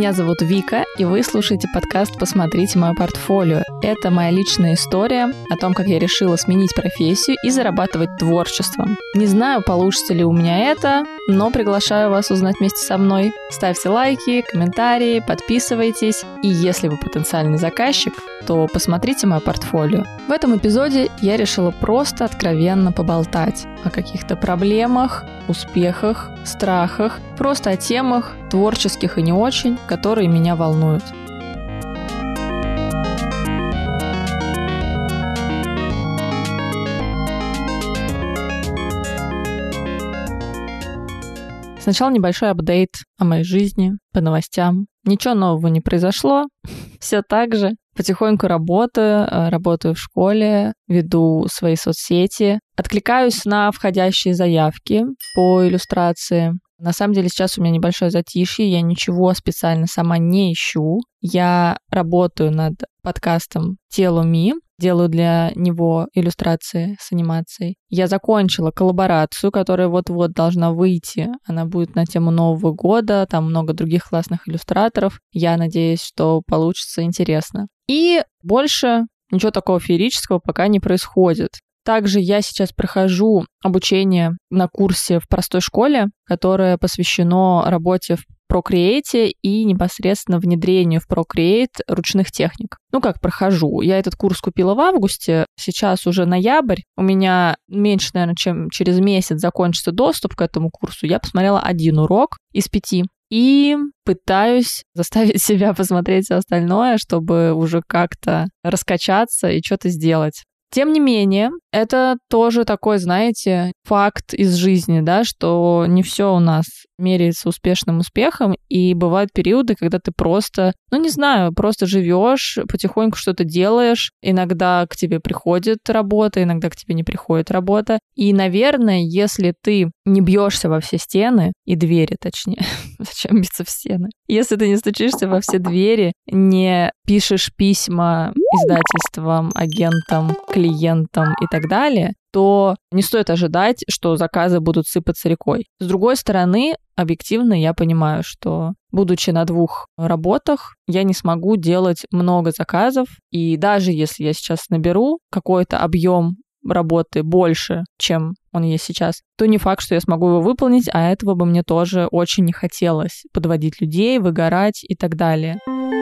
Меня зовут Вика, и вы слушаете подкаст «Посмотрите мое портфолио». Это моя личная история о том, как я решила сменить профессию и зарабатывать творчеством. Не знаю, получится ли у меня это, но приглашаю вас узнать вместе со мной. Ставьте лайки, комментарии, подписывайтесь. И если вы потенциальный заказчик, то посмотрите мое портфолио. В этом эпизоде я решила просто откровенно поболтать о каких-то проблемах, успехах, страхах, просто о темах творческих и не очень, которые меня волнуют. Сначала небольшой апдейт о моей жизни, по новостям. Ничего нового не произошло, все так же. Потихоньку работаю в школе, веду свои соцсети, откликаюсь на входящие заявки по иллюстрации. На самом деле сейчас у меня небольшое затишье, я ничего специально сама не ищу. Я работаю над подкастом «Тело Ми», делаю для него иллюстрации с анимацией. Я закончила коллаборацию, которая вот-вот должна выйти. Она будет на тему Нового года, там много других классных иллюстраторов. Я надеюсь, что получится интересно. И больше ничего такого феерического пока не происходит. Также я сейчас прохожу обучение на курсе в простой школе, которое посвящено работе в Procreate и непосредственно внедрению в Procreate ручных техник. Как прохожу? Я этот курс купила в августе, сейчас уже ноябрь. У меня меньше, наверное, чем через месяц закончится доступ к этому курсу. Я посмотрела 1 урок из 5. И пытаюсь заставить себя посмотреть все остальное, чтобы уже как-то раскачаться и что-то сделать. Тем не менее, это тоже такой, знаете, факт из жизни, да, что не все у нас меряется успешным успехом, и бывают периоды, когда ты просто, просто живешь, потихоньку что-то делаешь, иногда к тебе приходит работа, иногда к тебе не приходит работа, и, наверное, если ты не бьешься во все стены, и двери, точнее, зачем биться в стены? Если ты не стучишься во все двери, не пишешь письма издательствам, агентам, клиентам и так далее, то не стоит ожидать, что заказы будут сыпаться рекой. С другой стороны, объективно я понимаю, что, будучи на 2 работах, я не смогу делать много заказов, и даже если я сейчас наберу какой-то объем работы больше, чем он есть сейчас, то не факт, что я смогу его выполнить, а этого бы мне тоже очень не хотелось. Подводить людей, выгорать и так далее.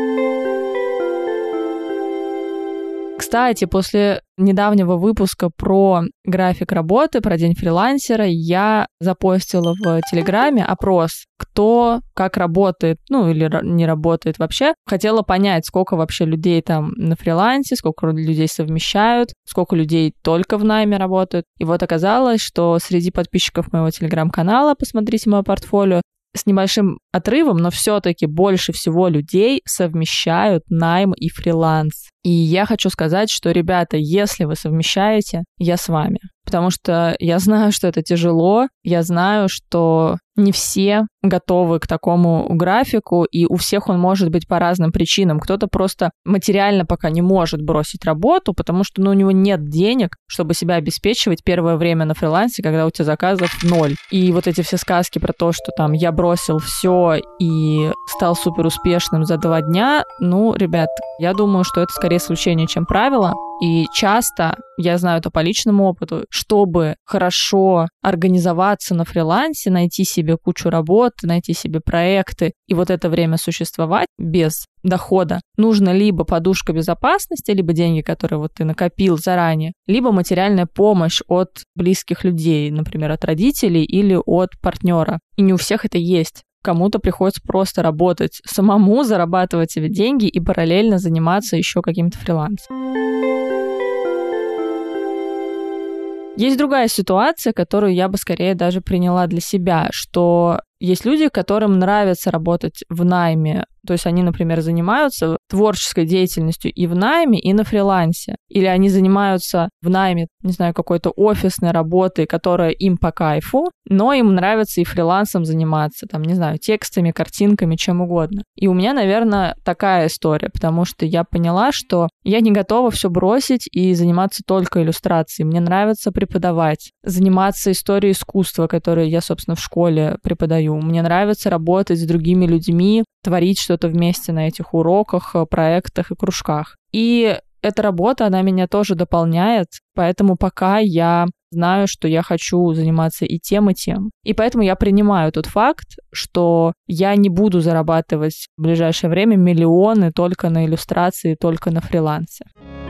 Кстати, после недавнего выпуска про график работы, про день фрилансера, я запостила в Телеграме опрос, кто как работает, или не работает вообще. Хотела понять, сколько вообще людей там на фрилансе, сколько людей совмещают, сколько людей только в найме работают. И вот оказалось, что среди подписчиков моего Телеграм-канала «Посмотрите мое портфолио» с небольшим отрывом, но все-таки больше всего людей совмещают найм и фриланс. И я хочу сказать, что, ребята, если вы совмещаете, я с вами. Потому что я знаю, что это тяжело, я знаю, что не все готовы к такому графику, и у всех он может быть по разным причинам. Кто-то просто материально пока не может бросить работу, потому что у него нет денег, чтобы себя обеспечивать первое время на фрилансе, когда у тебя заказов 0. И вот эти все сказки про то, что там я бросил все и стал супер успешным за 2 дня, ребят, я думаю, что это скорее исключение, чем правило. И часто, я знаю это по личному опыту, чтобы хорошо организоваться на фрилансе, найти себе кучу работы, найти себе проекты и вот это время существовать без дохода, нужно либо подушка безопасности, либо деньги, которые ты накопил заранее, либо материальная помощь от близких людей, например, от родителей или от партнера. И не у всех это есть. Кому-то приходится просто работать самому, зарабатывать себе деньги и параллельно заниматься еще каким-то фрилансом. Есть другая ситуация, которую я бы скорее даже приняла для себя, что есть люди, которым нравится работать в найме. То есть они, например, занимаются творческой деятельностью и в найме, и на фрилансе. Или они занимаются в найме, какой-то офисной работой, которая им по кайфу, но им нравится и фрилансом заниматься, текстами, картинками, чем угодно. И у меня, наверное, такая история, потому что я поняла, что я не готова все бросить и заниматься только иллюстрацией. Мне нравится преподавать, заниматься историей искусства, которую я, собственно, в школе преподаю. Мне нравится работать с другими людьми, творить что-то вместе на этих уроках, проектах и кружках. И эта работа, она меня тоже дополняет, поэтому пока я знаю, что я хочу заниматься и тем. И поэтому я принимаю тот факт, что я не буду зарабатывать в ближайшее время миллионы только на иллюстрации, только на фрилансе.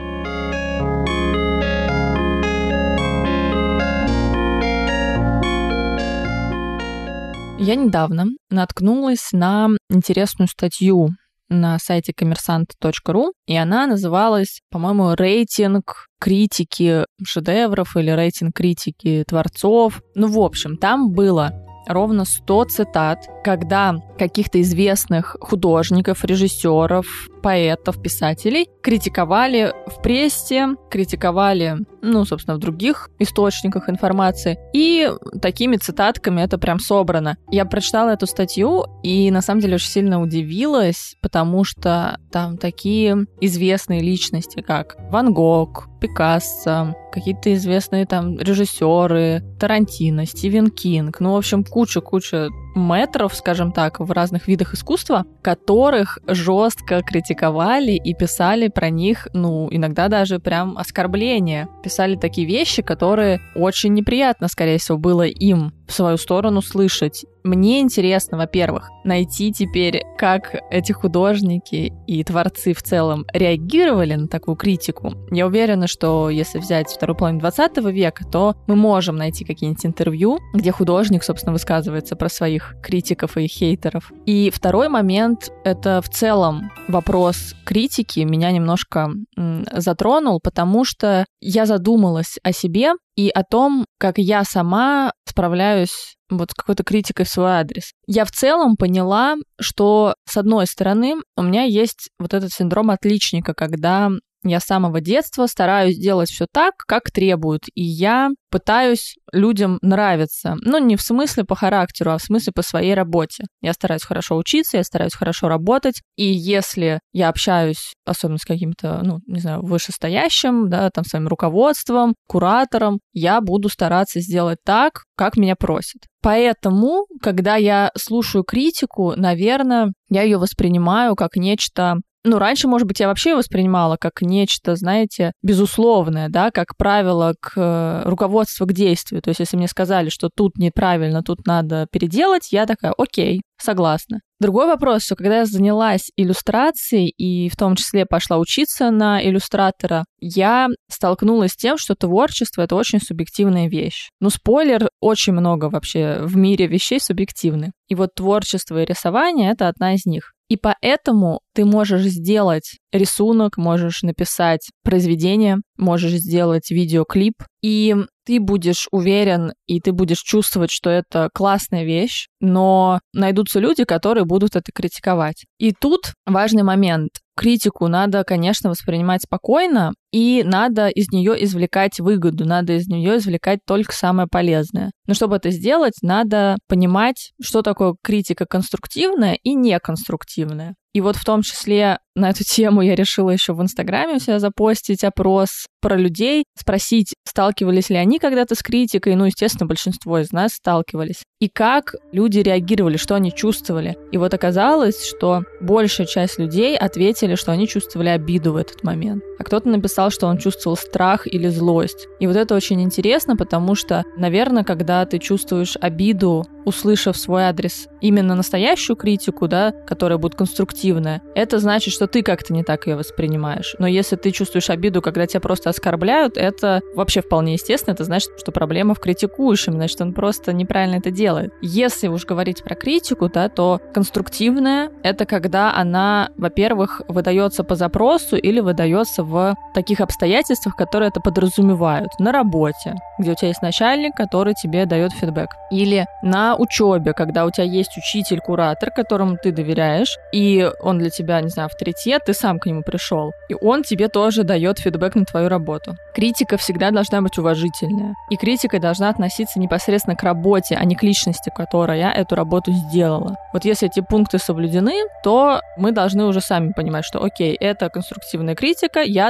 Я недавно наткнулась на интересную статью на сайте коммерсант.ру, и она называлась, по-моему, «Рейтинг критики шедевров» или «Рейтинг критики творцов». В общем, там было ровно 100 цитат, когда каких-то известных художников, режиссеров, поэтов, писателей критиковали в прессе, критиковали, собственно, в других источниках информации. И такими цитатками это прям собрано. Я прочитала эту статью и, на самом деле, очень сильно удивилась, потому что там такие известные личности, как Ван Гог, Пикассо, какие-то известные там режиссеры, Тарантино, Стивен Кинг, в общем, куча мэтров, скажем так, в разных видах искусства, которых жестко критиковали и писали про них, иногда даже прям оскорбления. Писали такие вещи, которые очень неприятно, скорее всего, было им в свою сторону слышать. Мне интересно, во-первых, найти теперь, как эти художники и творцы в целом реагировали на такую критику. Я уверена, что если взять вторую половину 20 века, то мы можем найти какие-нибудь интервью, где художник, собственно, высказывается про своих критиков и хейтеров. И второй момент — это в целом вопрос критики меня немножко затронул, потому что я задумалась о себе и о том, как я сама справляюсь с какой-то критикой в свой адрес. Я в целом поняла, что, с одной стороны, у меня есть вот этот синдром отличника, когда я с самого детства стараюсь делать все так, как требуют, и я пытаюсь людям нравиться. Не в смысле по характеру, а в смысле по своей работе. Я стараюсь хорошо учиться, я стараюсь хорошо работать, и если я общаюсь, особенно с каким-то, вышестоящим, там, своим руководством, куратором, я буду стараться сделать так, как меня просят. Поэтому, когда я слушаю критику, наверное, я ее воспринимаю как нечто... раньше, может быть, я вообще воспринимала как нечто, безусловное, как правило руководство к действию. То есть, если мне сказали, что тут неправильно, тут надо переделать, я такая, окей, согласна. Другой вопрос, что когда я занялась иллюстрацией и в том числе пошла учиться на иллюстратора, я столкнулась с тем, что творчество — это очень субъективная вещь. Спойлер, очень много вообще в мире вещей субъективны. И вот творчество и рисование — это одна из них. И поэтому ты можешь сделать рисунок, можешь написать произведение, можешь сделать видеоклип, и ты будешь уверен, и ты будешь чувствовать, что это классная вещь, но найдутся люди, которые будут это критиковать. И тут важный момент. Критику надо, конечно, воспринимать спокойно, и надо из нее извлекать выгоду, надо из нее извлекать только самое полезное. Но чтобы это сделать, надо понимать, что такое критика конструктивная и неконструктивная. И вот в том числе на эту тему я решила еще в Инстаграме у себя запостить опрос про людей, спросить, сталкивались ли они когда-то с критикой. Естественно, большинство из нас сталкивались. И как люди реагировали, что они чувствовали. И вот оказалось, что большая часть людей ответили, что они чувствовали обиду в этот момент. А кто-то написал, что он чувствовал страх или злость. И вот это очень интересно, потому что, наверное, когда ты чувствуешь обиду, услышав в свой адрес именно настоящую критику, которая будет конструктивная, это значит, что ты как-то не так ее воспринимаешь. Но если ты чувствуешь обиду, когда тебя просто оскорбляют, это вообще вполне естественно. Это значит, что проблема в критикующем, значит, он просто неправильно это делает. Если уж говорить про критику, то конструктивная — это когда она, во-первых, выдается по запросу или выдается в таких обстоятельствах, которые это подразумевают. На работе, где у тебя есть начальник, который тебе дает фидбэк. Или на учебе, когда у тебя есть учитель-куратор, которому ты доверяешь, и он для тебя, авторитет, ты сам к нему пришел, и он тебе тоже дает фидбэк на твою работу. Критика всегда должна быть уважительная, и критика должна относиться непосредственно к работе, а не к личности, которая эту работу сделала. Вот если эти пункты соблюдены, то мы должны уже сами понимать, что окей, это конструктивная критика, я должен ее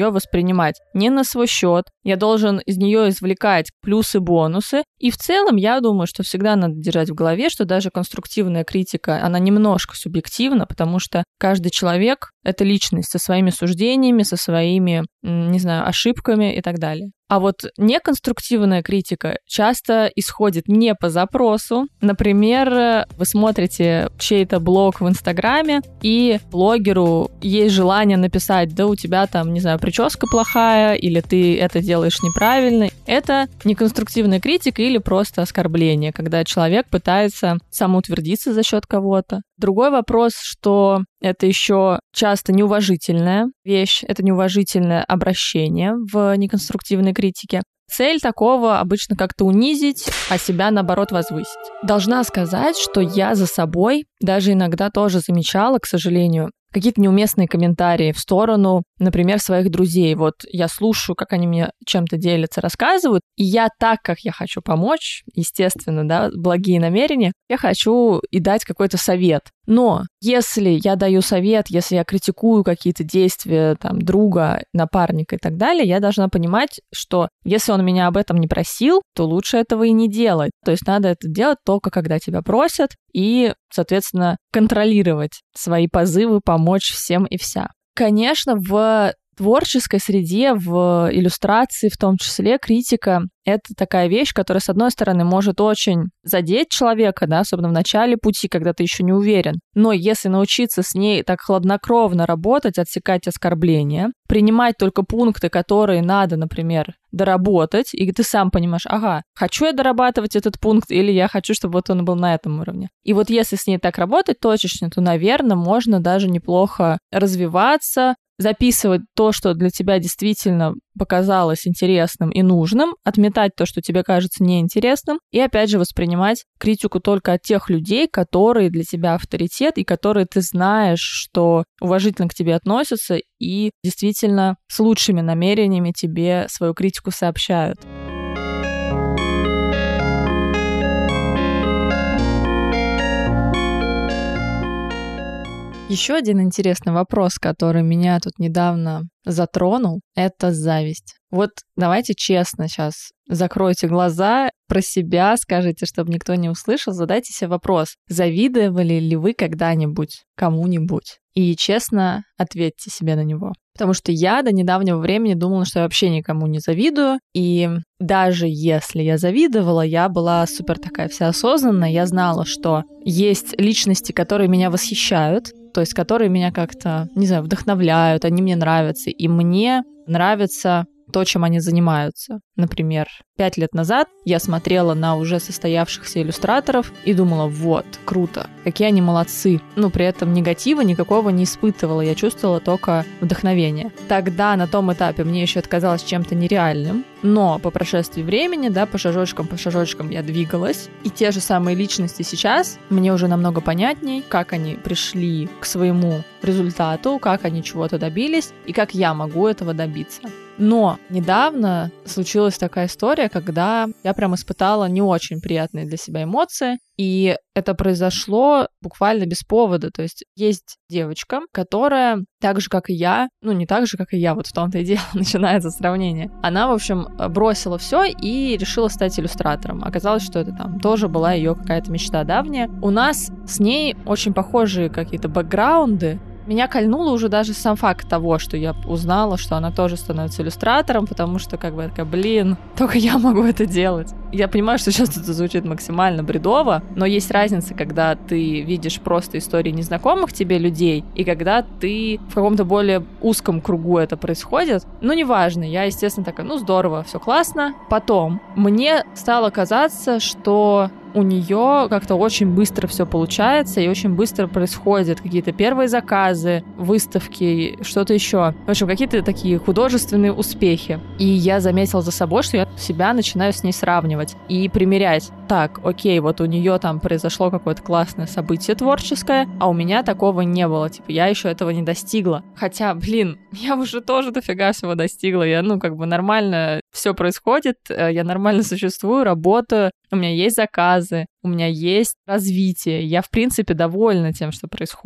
ее воспринимать не на свой счет, я должен из нее извлекать плюсы, бонусы. И в целом я думаю, что всегда надо держать в голове, что даже конструктивная критика, она немножко субъективна, потому что каждый человек — это личность со своими суждениями, со своими, не знаю, ошибками и так далее. А вот неконструктивная критика часто исходит не по запросу. Например, вы смотрите чей-то блог в Инстаграме, и блогеру есть желание написать: да у тебя там, не знаю, прическа плохая, или ты это делаешь неправильно. Это неконструктивная критика или просто оскорбление, когда человек пытается самоутвердиться за счет кого-то. Другой вопрос, что это еще часто неуважительная вещь, это неуважительное обращение в неконструктивной критике. Цель такого обычно как-то унизить, а себя, наоборот, возвысить. Должна сказать, что я за собой даже иногда тоже замечала, к сожалению, какие-то неуместные комментарии в сторону, например, своих друзей. Вот я слушаю, как они мне чем-то делятся, рассказывают, и я так, как я хочу помочь, естественно, да, благие намерения, я хочу и дать какой-то совет. Но если я даю совет, если я критикую какие-то действия там, друга, напарника и так далее, я должна понимать, что если он меня об этом не просил, то лучше этого и не делать. То есть надо это делать только когда тебя просят и, соответственно, контролировать свои позывы, помочь всем и вся. Конечно, в творческой среде, в иллюстрации в том числе, критика — это такая вещь, которая, с одной стороны, может очень задеть человека, да, особенно в начале пути, когда ты еще не уверен. Но если научиться с ней так хладнокровно работать, отсекать оскорбления, принимать только пункты, которые надо, например, доработать, и ты сам понимаешь: ага, хочу я дорабатывать этот пункт, или я хочу, чтобы вот он был на этом уровне. И вот если с ней так работать точечно, то, наверное, можно даже неплохо развиваться, записывать то, что для тебя действительно показалось интересным и нужным, отметать то, что тебе кажется неинтересным, и опять же воспринимать критику только от тех людей, которые для тебя авторитет и которые ты знаешь, что уважительно к тебе относятся и действительно с лучшими намерениями тебе свою критику сообщают. Еще один интересный вопрос, который меня тут недавно затронул, это зависть. Вот давайте честно сейчас закройте глаза, про себя скажите, чтобы никто не услышал, задайте себе вопрос: завидовали ли вы когда-нибудь кому-нибудь? И честно ответьте себе на него. Потому что я до недавнего времени думала, что я вообще никому не завидую, и даже если я завидовала, я была супер такая вся осознанная, я знала, что есть личности, которые меня восхищают, то есть которые меня как-то, не знаю, вдохновляют, они мне нравятся, и мне нравится то, чем они занимаются. Например, 5 лет назад я смотрела на уже состоявшихся иллюстраторов и думала: вот, круто, какие они молодцы. Ну, при этом негатива никакого не испытывала, я чувствовала только вдохновение. Тогда на том этапе мне еще это казалось чем-то нереальным, но по прошествии времени, да, по шажочкам я двигалась, и те же самые личности сейчас мне уже намного понятней, как они пришли к своему результату, как они чего-то добились и как я могу этого добиться. Но недавно случилась такая история, когда я прям испытала не очень приятные для себя эмоции, и это произошло буквально без повода. То есть есть девочка, которая так же, как и я, ну не так же, как и я, вот в том-то и дело начинается сравнение. Она, в общем, бросила все и решила стать иллюстратором. Оказалось, что это там тоже была ее какая-то мечта давняя. У нас с ней очень похожие какие-то бэкграунды. Меня кольнуло уже даже сам факт того, что я узнала, что она тоже становится иллюстратором, потому что как бы я такая: блин, только я могу это делать. Я понимаю, что сейчас это звучит максимально бредово, но есть разница, когда ты видишь просто истории незнакомых тебе людей, и когда ты в каком-то более узком кругу это происходит. Ну, неважно, я, естественно, такая: ну, здорово, все классно. Потом мне стало казаться, что у нее как-то очень быстро все получается, и очень быстро происходят какие-то первые заказы, выставки, что-то еще. В общем, какие-то такие художественные успехи. И я заметила за собой, что я себя начинаю с ней сравнивать и примерять. Так, окей, вот у нее там произошло какое-то классное событие творческое, а у меня такого не было. Типа, я еще этого не достигла. Хотя, блин, я уже тоже дофига всего достигла. Я, как бы нормально все происходит, я нормально существую, работаю, у меня есть заказы, у меня есть развитие. Я, в принципе, довольна тем, что происходит.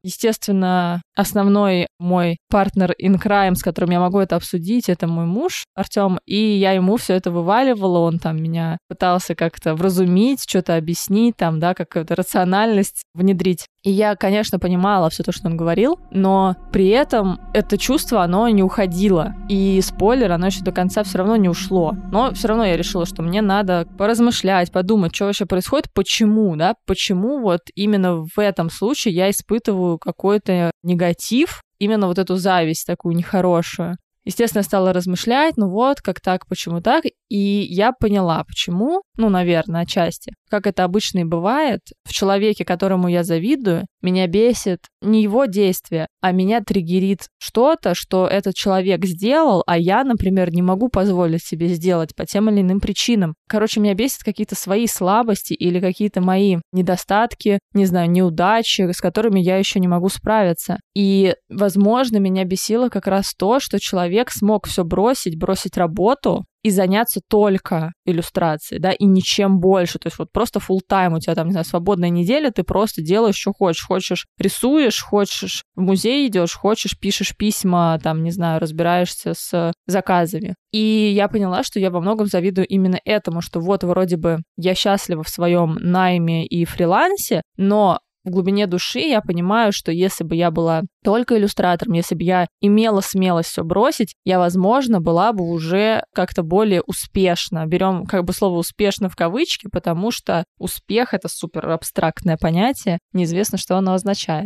Естественно, основной мой партнер in crime, с которым я могу это обсудить, это мой муж Артём, и я ему все это вываливала, он там меня пытался как-то вразумить, что-то объяснить, там, да, какую-то рациональность внедрить. И я, конечно, понимала все то, что он говорил, но при этом это чувство, оно не уходило. И спойлер, оно еще до конца все равно не ушло. Но все равно я решила, что мне надо поразмышлять, подумать, что вообще происходит, почему, да, почему вот именно в этом случае я испытываю какой-то негатив, именно вот эту зависть такую нехорошую. Естественно, я стала размышлять, ну вот, как так, почему так, и я поняла, почему, ну, наверное, отчасти. Как это обычно и бывает, в человеке, которому я завидую, меня бесит не его действия, а меня триггерит что-то, что этот человек сделал, а я, например, не могу позволить себе сделать по тем или иным причинам. Короче, меня бесит какие-то свои слабости или какие-то мои недостатки, не знаю, неудачи, с которыми я еще не могу справиться. И, возможно, меня бесило как раз то, что человек смог все бросить работу и заняться только иллюстрацией, да, и ничем больше. То есть вот просто full-time у тебя там, не знаю, свободная неделя, ты просто делаешь, что хочешь. Хочешь рисуешь, хочешь в музей идешь, хочешь пишешь письма, там, не знаю, разбираешься с заказами. И я поняла, что я во многом завидую именно этому, что вот вроде бы я счастлива в своем найме и фрилансе, но в глубине души я понимаю, что если бы я была только иллюстратором, если бы я имела смелость все бросить, я, возможно, была бы уже как-то более успешна. Берем как бы слово «успешно» в кавычки, потому что успех — это супер абстрактное понятие, неизвестно, что оно означает.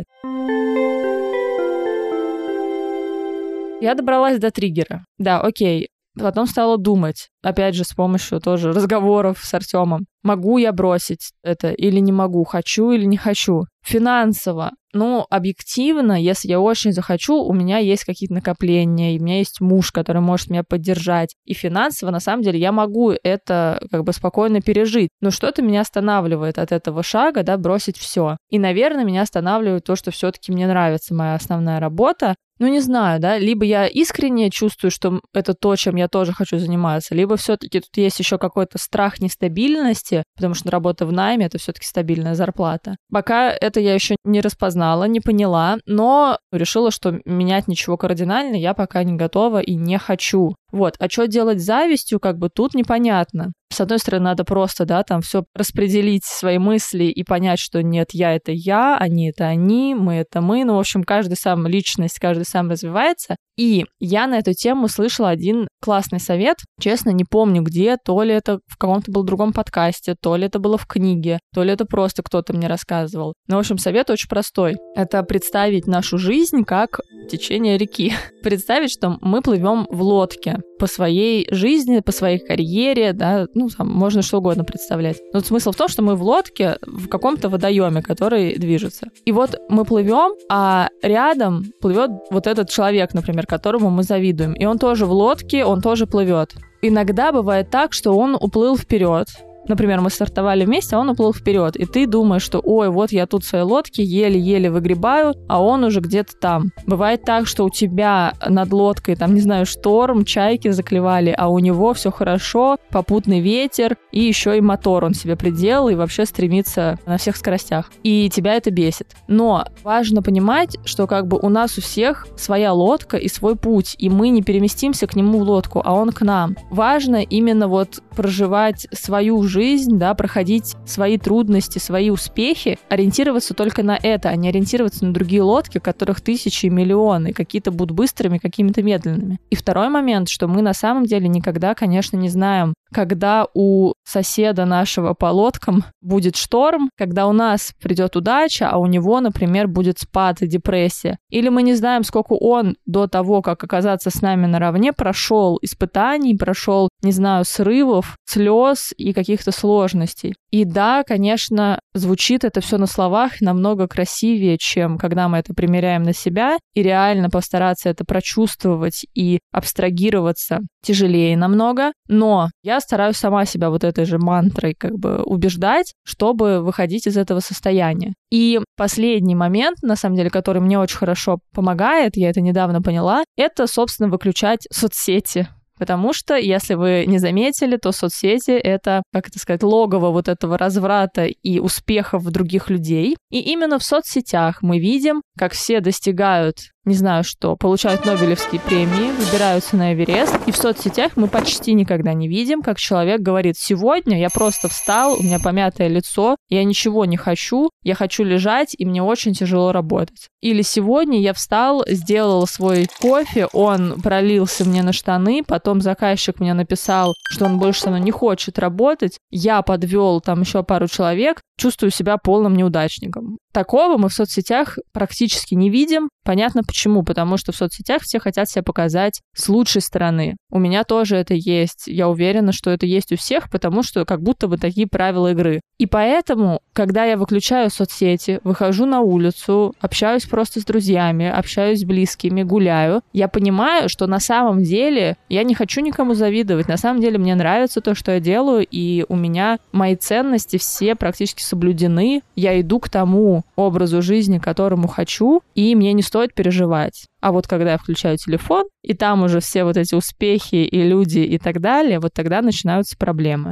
Я добралась до триггера. Да, окей. Потом стала думать, опять же, с помощью тоже разговоров с Артёмом. Могу я бросить это или не могу? Хочу или не хочу? Финансово. Ну, объективно, если я очень захочу, у меня есть какие-то накопления, и у меня есть муж, который может меня поддержать. И финансово, на самом деле, я могу это как бы спокойно пережить. Но что-то меня останавливает от этого шага, да, бросить все. И, наверное, меня останавливает то, что все-таки мне нравится моя основная работа. Ну, не знаю, да, либо я искренне чувствую, что это то, чем я тоже хочу заниматься, либо все-таки тут есть еще какой-то страх нестабильности, потому что работа в найме — это все-таки стабильная зарплата. Пока это я еще не распознала, не поняла, но решила, что менять ничего кардинально я пока не готова и не хочу. Вот, а что делать с завистью, как бы тут непонятно. С одной стороны, надо просто, да, там все распределить свои мысли и понять, что нет, я — это я, они — это они, мы — это мы. Ну, в общем, каждый сам личность, каждый сам развивается. И я на эту тему слышала один классный совет. Честно, не помню где, то ли это в каком-то был другом подкасте, то ли это было в книге, то ли это просто кто-то мне рассказывал. Но, в общем, совет очень простой. Это представить нашу жизнь как течение реки. Представить, что мы плывем в лодке по своей жизни, по своей карьере, да, ну, там можно что угодно представлять. Но смысл в том, что мы в лодке в каком-то водоеме, который движется. И вот мы плывем, а рядом плывет вот этот человек, например, которому мы завидуем. И он тоже в лодке, он тоже плывет. Иногда бывает так, что он уплыл вперед. Например, мы стартовали вместе, а он уплыл вперед. И ты думаешь, что ой, вот я тут в своей лодке еле-еле выгребаю, а он уже где-то там. Бывает так, что у тебя над лодкой, там, не знаю, шторм, чайки заклевали, а у него все хорошо, попутный ветер, и еще и мотор он себе приделал и вообще стремится на всех скоростях. И тебя это бесит. Но важно понимать, что как бы у нас у всех своя лодка и свой путь, и мы не переместимся к нему в лодку, а он к нам. Важно именно вот проживать свою жизнь, да, проходить свои трудности, свои успехи, ориентироваться только на это, а не ориентироваться на другие лодки, в которых тысячи и миллионы, какие-то будут быстрыми, какими-то медленными. И второй момент, что мы на самом деле никогда, конечно, не знаем, когда у соседа нашего по лодкам будет шторм, когда у нас придет удача, а у него, например, будет спад и депрессия. Или мы не знаем, сколько он до того, как оказаться с нами наравне, прошел испытаний, прошел, не знаю, срывов, слез и каких-то сложностей. И да, конечно, звучит это все на словах намного красивее, чем когда мы это примеряем на себя, и реально постараться это прочувствовать и абстрагироваться тяжелее намного. Но я стараюсь сама себя вот этой же мантрой как бы убеждать, чтобы выходить из этого состояния. И последний момент, на самом деле, который мне очень хорошо помогает, я это недавно поняла, это, собственно, выключать соцсети. Потому что, если вы не заметили, то соцсети — это, как это сказать, логово вот этого разврата и успехов других людей. И именно в соцсетях мы видим, как все достигают, не знаю что, получают Нобелевские премии, выбираются на Эверест. И в соцсетях мы почти никогда не видим, как человек говорит: сегодня я просто встал, у меня помятое лицо, я ничего не хочу, я хочу лежать, и мне очень тяжело работать. Или сегодня я встал, сделал свой кофе, он пролился мне на штаны, потом заказчик мне написал, что он больше со мной не хочет работать, я подвел там еще пару человек, чувствую себя полным неудачником. Такого мы в соцсетях практически не видим. Понятно почему. Потому что в соцсетях все хотят себя показать с лучшей стороны. У меня тоже это есть. Я уверена, что это есть у всех, потому что как будто бы такие правила игры. И поэтому, когда я выключаю соцсети, выхожу на улицу, общаюсь просто с друзьями, общаюсь с близкими, гуляю, я понимаю, что на самом деле я не хочу никому завидовать. На самом деле мне нравится то, что я делаю, и у меня мои ценности все практически соблюдены. Я иду к тому образу жизни, к которому хочу, и мне не стоит переживать. А вот когда я включаю телефон, и там уже все вот эти успехи и люди и так далее, вот тогда начинаются проблемы.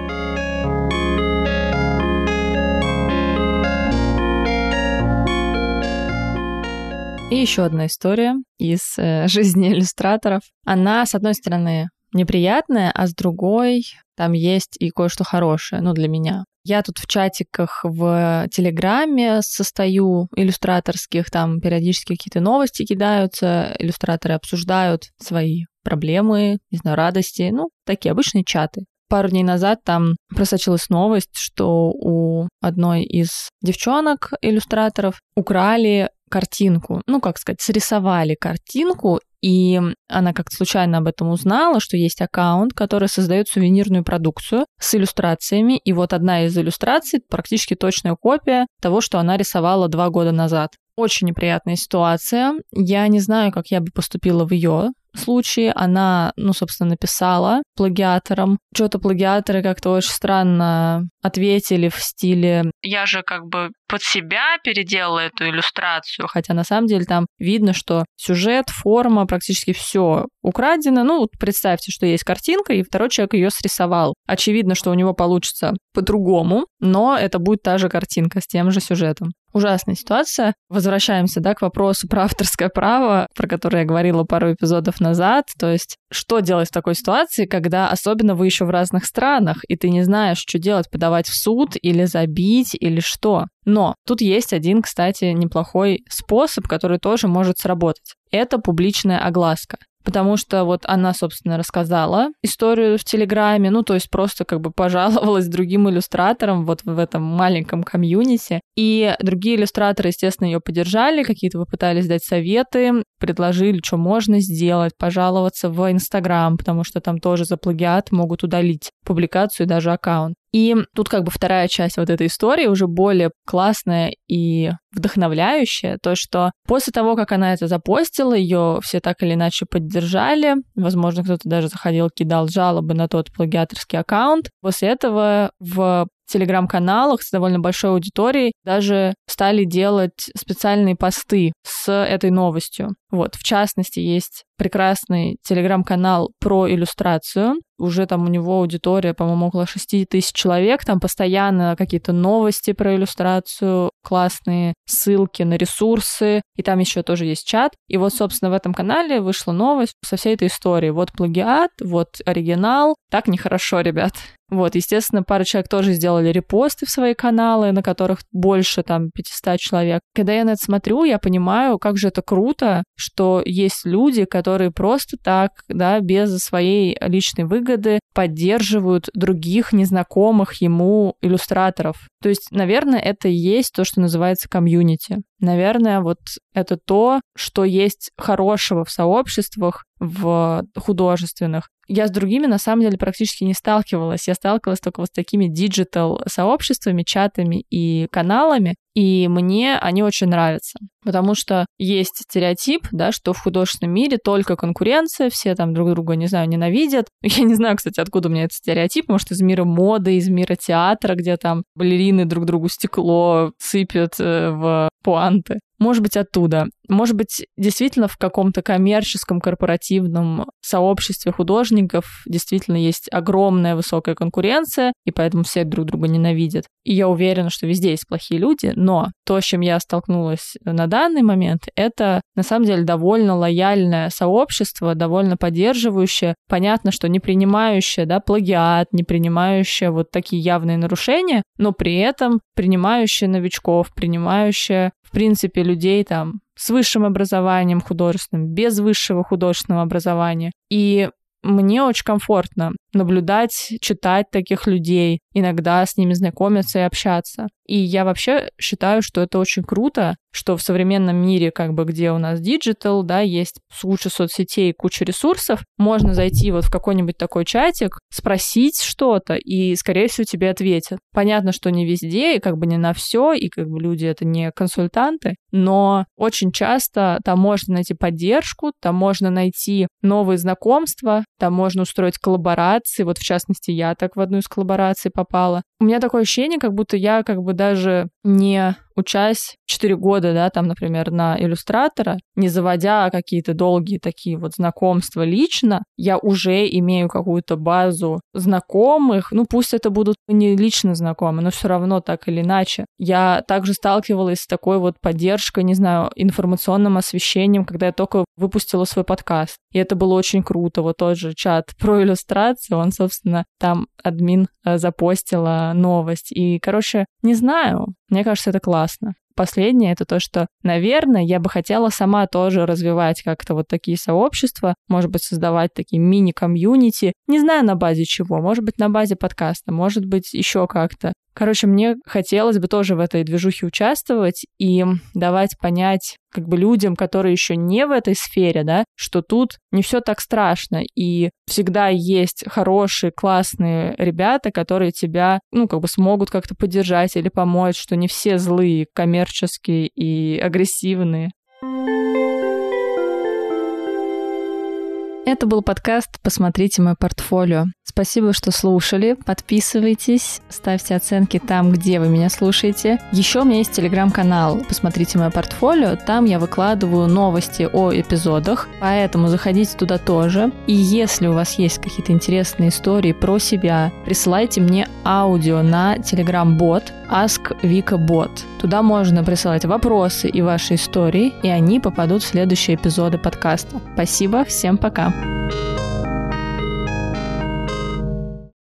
И еще одна история из жизни иллюстраторов. Она, с одной стороны, неприятная, а с другой там есть и кое-что хорошее, для меня. Я тут в чатиках в Телеграме состою иллюстраторских, там периодически какие-то новости кидаются, иллюстраторы обсуждают свои проблемы, не знаю, радости, такие обычные чаты. Пару дней назад там просочилась новость, что у одной из девчонок-иллюстраторов украли картинку, срисовали картинку, и она как-то случайно об этом узнала, что есть аккаунт, который создает сувенирную продукцию с иллюстрациями, и вот одна из иллюстраций практически точная копия того, что она рисовала 2 года назад. Очень неприятная ситуация. Я не знаю, как я бы поступила в ее случае. Она, собственно, написала плагиаторам. Что-то плагиаторы как-то очень странно ответили в стиле: я же под себя переделала эту иллюстрацию, хотя на самом деле там видно, что сюжет, форма, практически все украдено. Представьте, что есть картинка, и второй человек ее срисовал. Очевидно, что у него получится по-другому, но это будет та же картинка с тем же сюжетом. Ужасная ситуация. Возвращаемся, к вопросу про авторское право, про которое я говорила пару эпизодов назад. То есть, что делать в такой ситуации, когда особенно вы еще в разных странах, и ты не знаешь, что делать, подавать в суд или забить, или что. Но тут есть один, кстати, неплохой способ, который тоже может сработать. Это публичная огласка. Потому что вот она, собственно, рассказала историю в Телеграме, то есть просто пожаловалась другим иллюстраторам вот в этом маленьком комьюнити. И другие иллюстраторы, естественно, ее поддержали, какие-то попытались дать советы, предложили, что можно сделать, пожаловаться в Инстаграм, потому что там тоже за плагиат могут удалить публикацию и даже аккаунт. И тут вторая часть вот этой истории уже более классная и вдохновляющая, то, что после того, как она это запостила, ее все так или иначе поддержали, возможно, кто-то даже заходил, кидал жалобы на тот плагиаторский аккаунт. После этого в телеграм-каналах с довольно большой аудиторией даже стали делать специальные посты с этой новостью. В частности, есть прекрасный телеграм-канал про иллюстрацию. Уже там у него аудитория, по-моему, около 6 тысяч человек. Там постоянно какие-то новости про иллюстрацию, классные ссылки на ресурсы. И там еще тоже есть чат. И собственно, в этом канале вышла новость со всей этой историей. Вот плагиат, вот оригинал. Так нехорошо, ребят. Естественно, пара человек тоже сделали репосты в свои каналы, на которых больше 500 человек. Когда я на это смотрю, я понимаю, как же это круто, что есть люди, которые просто так, без своей личной выгоды поддерживают других незнакомых ему иллюстраторов. То есть, наверное, это и есть то, что называется комьюнити. Наверное, это то, что есть хорошего в сообществах, в художественных. Я с другими, на самом деле, практически не сталкивалась. Я сталкивалась только с такими диджитал-сообществами, чатами и каналами, и мне они очень нравятся. Потому что есть стереотип, что в художественном мире только конкуренция, все там друг друга, ненавидят. Я не знаю, кстати, откуда у меня этот стереотип. Может, из мира моды, из мира театра, где там балерины друг другу стекло сыпят в пуанты. может быть, оттуда. Может быть, действительно в каком-то коммерческом, корпоративном сообществе художников действительно есть огромная высокая конкуренция, и поэтому все друг друга ненавидят. И я уверена, что везде есть плохие люди, но то, с чем я столкнулась на данный момент, это на самом деле довольно лояльное сообщество, довольно поддерживающее. Понятно, что не принимающее, да, плагиат, не принимающее вот такие явные нарушения, но при этом принимающее новичков, принимающее, в принципе, людей там с высшим образованием художественным, без высшего художественного образования. И мне очень комфортно наблюдать, читать таких людей, иногда с ними знакомиться и общаться. И я вообще считаю, что это очень круто, что в современном мире, как бы, где у нас диджитал, да, есть куча соцсетей, куча ресурсов, можно зайти вот в какой-нибудь такой чатик, спросить что-то, и, скорее всего, тебе ответят. Понятно, что не везде, и как бы не на все, и как бы люди — это не консультанты, но очень часто там можно найти поддержку, там можно найти новые знакомства, там можно устроить коллаборации. Вот, в частности, я так в одну из коллабораций попала. У меня такое ощущение, как будто я как бы даже не учась 4 года, да, там, например, на иллюстратора, не заводя какие-то долгие такие вот знакомства лично, я уже имею какую-то базу знакомых, ну, пусть это будут не лично знакомые, но все равно так или иначе. Я также сталкивалась с такой вот поддержкой, не знаю, информационным освещением, когда я только выпустила свой подкаст. И это было очень круто. Вот тот же чат про иллюстрацию, он, собственно, там админ запостила новость. И, короче, не знаю, мне кажется, это классно. Последнее — это то, что, наверное, я бы хотела сама тоже развивать как-то вот такие сообщества, может быть, создавать такие мини-комьюнити, не знаю, на базе чего, может быть, на базе подкаста, может быть, еще как-то. Короче, мне хотелось бы тоже в этой движухе участвовать и давать понять как бы людям, которые еще не в этой сфере, да, что тут не все так страшно, и всегда есть хорошие, классные ребята, которые тебя, ну, как бы смогут как-то поддержать или помочь, что не все злые, коммерческие и агрессивные. Это был подкаст «Посмотрите мое портфолио». Спасибо, что слушали. Подписывайтесь, ставьте оценки там, где вы меня слушаете. Еще у меня есть телеграм-канал «Посмотрите мое портфолио». Там я выкладываю новости о эпизодах, поэтому заходите туда тоже. И если у вас есть какие-то интересные истории про себя, присылайте мне аудио на телеграм-бот AskVikaBot. Туда можно присылать вопросы и ваши истории, и они попадут в следующие эпизоды подкаста. Спасибо, всем пока!